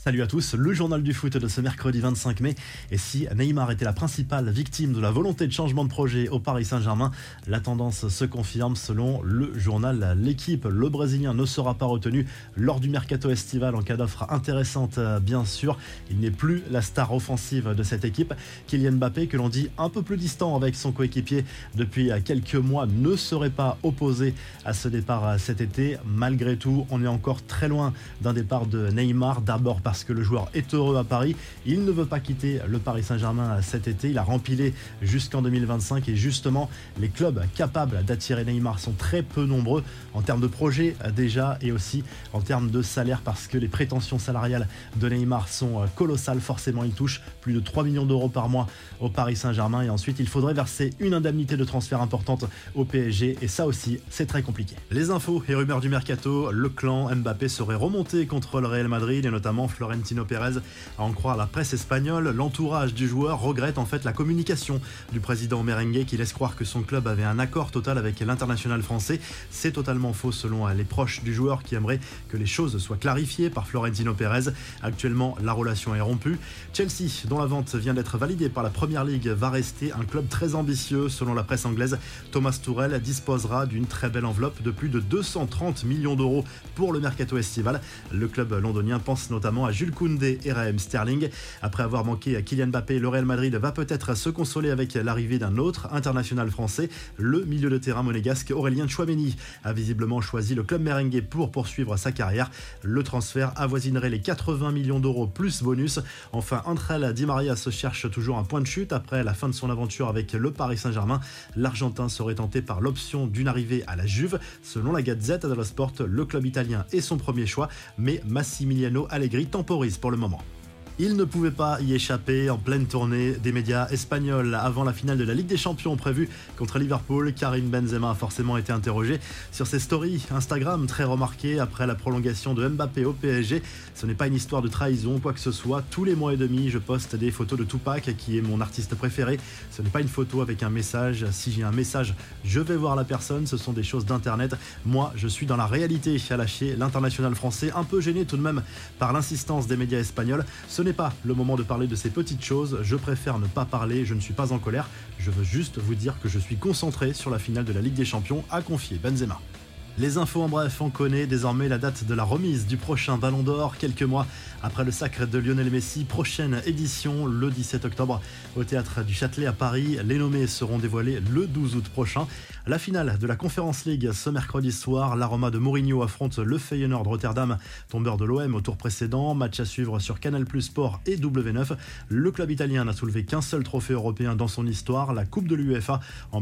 Salut à tous, le journal du foot de ce mercredi 25 mai. Et si Neymar était la principale victime de la volonté de changement de projet au Paris Saint-Germain, la tendance se confirme selon le journal L'Équipe. Le Brésilien ne sera pas retenu lors du mercato estival en cas d'offre intéressante, bien sûr. Il n'est plus la star offensive de cette équipe. Kylian Mbappé, que l'on dit un peu plus distant avec son coéquipier depuis quelques mois, ne serait pas opposé à ce départ cet été. Malgré tout, on est encore très loin d'un départ de Neymar, d'abord parce que le joueur est heureux à Paris. Il ne veut pas quitter le Paris Saint-Germain cet été. Il a rempilé jusqu'en 2025 et justement, les clubs capables d'attirer Neymar sont très peu nombreux en termes de projet déjà et aussi en termes de salaire parce que les prétentions salariales de Neymar sont colossales. Forcément, il touche plus de 3 millions d'euros par mois au Paris Saint-Germain et ensuite, il faudrait verser une indemnité de transfert importante au PSG et ça aussi, c'est très compliqué. Les infos et rumeurs du mercato, le clan Mbappé serait remonté contre le Real Madrid et notamment Florentino Pérez. À en croire la presse espagnole, l'entourage du joueur regrette en fait la communication du président merengue qui laisse croire que son club avait un accord total avec l'international français. C'est totalement faux selon les proches du joueur qui aimeraient que les choses soient clarifiées par Florentino Pérez. Actuellement, la relation est rompue. Chelsea, dont la vente vient d'être validée par la Première Ligue, va rester un club très ambitieux. Selon la presse anglaise, Thomas Tuchel disposera d'une très belle enveloppe de plus de 230 millions d'euros pour le mercato estival. Le club londonien pense notamment à Jules Koundé et Raheem Sterling. Après avoir manqué à Kylian Mbappé, le Real Madrid va peut-être se consoler avec l'arrivée d'un autre international français. Le milieu de terrain monégasque Aurélien Tchouaméni a visiblement choisi le club merengue pour poursuivre sa carrière. Le transfert avoisinerait les 80 millions d'euros plus bonus. Enfin, Ángel Di María se cherche toujours un point de chute après la fin de son aventure avec le Paris Saint-Germain. L'Argentin serait tenté par l'option d'une arrivée à la Juve. Selon la Gazzetta dello Sport, le club italien est son premier choix, mais Massimiliano Allegri temporise pour le moment. Il ne pouvait pas y échapper en pleine tournée des médias espagnols avant la finale de la Ligue des Champions prévue contre Liverpool. Karim Benzema a forcément été interrogé sur ses stories Instagram très remarquées après la prolongation de Mbappé au PSG. Ce n'est pas une histoire de trahison, quoi que ce soit. Tous les mois et demi, je poste des photos de Tupac, qui est mon artiste préféré. Ce n'est pas une photo avec un message. Si j'ai un message, je vais voir la personne. Ce sont des choses d'internet. Moi, je suis dans la réalité, a lâché l'international français, un peu gêné tout de même par l'insistance des médias espagnols. Ce n'est pas le moment de parler de ces petites choses, je préfère ne pas parler, je ne suis pas en colère, je veux juste vous dire que je suis concentré sur la finale de la Ligue des Champions, a confié Benzema. Les infos en bref, on connaît désormais la date de la remise du prochain Ballon d'Or, quelques mois après le sacre de Lionel Messi. Prochaine édition le 17 octobre au Théâtre du Châtelet à Paris. Les nommés seront dévoilés le 12 août prochain. La finale de la Conference League ce mercredi soir, la Roma de Mourinho affronte le Feyenoord de Rotterdam, tombeur de l'OM au tour précédent. Match à suivre sur Canal+ Sport et W9. Le club italien n'a soulevé qu'un seul trophée européen dans son histoire, la Coupe de l'UEFA en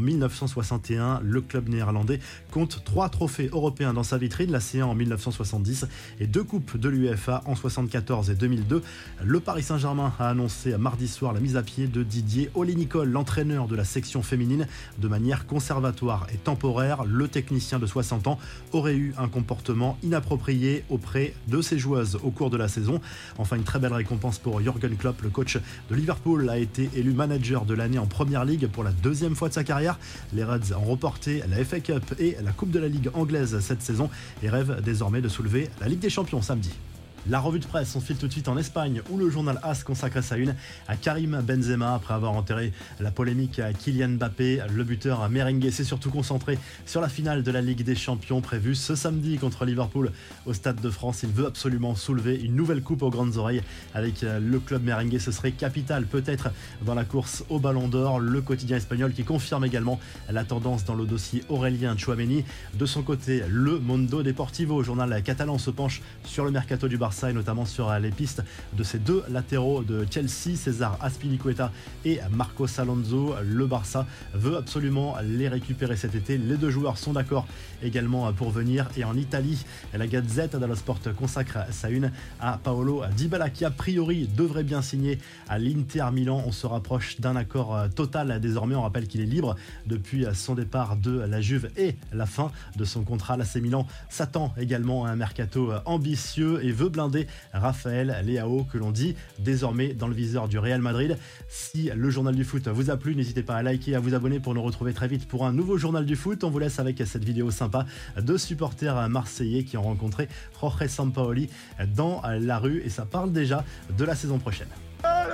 1961. Le club néerlandais compte 3 trophées européen dans sa vitrine, la C1 en 1970 et 2 coupes de l'UEFA en 1974 et 2002. Le Paris Saint-Germain a annoncé mardi soir la mise à pied de Didier Olénicole, l'entraîneur de la section féminine, de manière conservatoire et temporaire. Le technicien de 60 ans aurait eu un comportement inapproprié auprès de ses joueuses au cours de la saison. Enfin, une très belle récompense pour Jürgen Klopp, le coach de Liverpool, a été élu manager de l'année en Première Ligue pour la 2e fois de sa carrière. Les Reds ont reporté la FA Cup et la Coupe de la Ligue anglaise cette saison et rêve désormais de soulever la Ligue des Champions samedi. La revue de presse, on file tout de suite en Espagne où le journal AS consacre sa une à Karim Benzema après avoir enterré la polémique à Kylian Mbappé. Le buteur merengue s'est surtout concentré sur la finale de la Ligue des Champions prévue ce samedi contre Liverpool au Stade de France. Il veut absolument soulever une nouvelle coupe aux grandes oreilles avec le club merengue. Ce serait capital peut-être dans la course au Ballon d'Or. Le quotidien espagnol qui confirme également la tendance dans le dossier Aurélien Tchouaméni. De son côté, le Mundo Deportivo, journal catalan, se penche sur le mercato du Barça et notamment sur les pistes de ces 2 latéraux de Chelsea, César Azpilicueta et Marcos Alonso. Le Barça veut absolument les récupérer cet été. Les 2 joueurs sont d'accord également pour venir. Et en Italie, la Gazzetta dello Sport consacre sa une à Paolo Dybala qui a priori devrait bien signer à l'Inter Milan. On se rapproche d'un accord total désormais. On rappelle qu'il est libre depuis son départ de la Juve et la fin de son contrat. L'AC Milan s'attend également à un mercato ambitieux et veut blinder blindé Raphaël Leao, que l'on dit désormais dans le viseur du Real Madrid. Si le journal du foot vous a plu, n'hésitez pas à liker et à vous abonner pour nous retrouver très vite pour un nouveau journal du foot. On vous laisse avec cette vidéo sympa de supporters marseillais qui ont rencontré Jorge Sampaoli dans la rue, et ça parle déjà de la saison prochaine. Allez,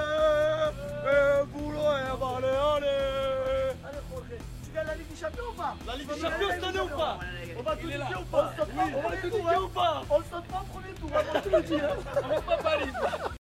tu gagnes la Ligue des Champions ou pas? La Ligue des Champions cette année ou pas? On va tout niquer ou pas? On va tout niquer ou pas? On le saute pas au premier tour, on va tout le dire. On va pas Paris.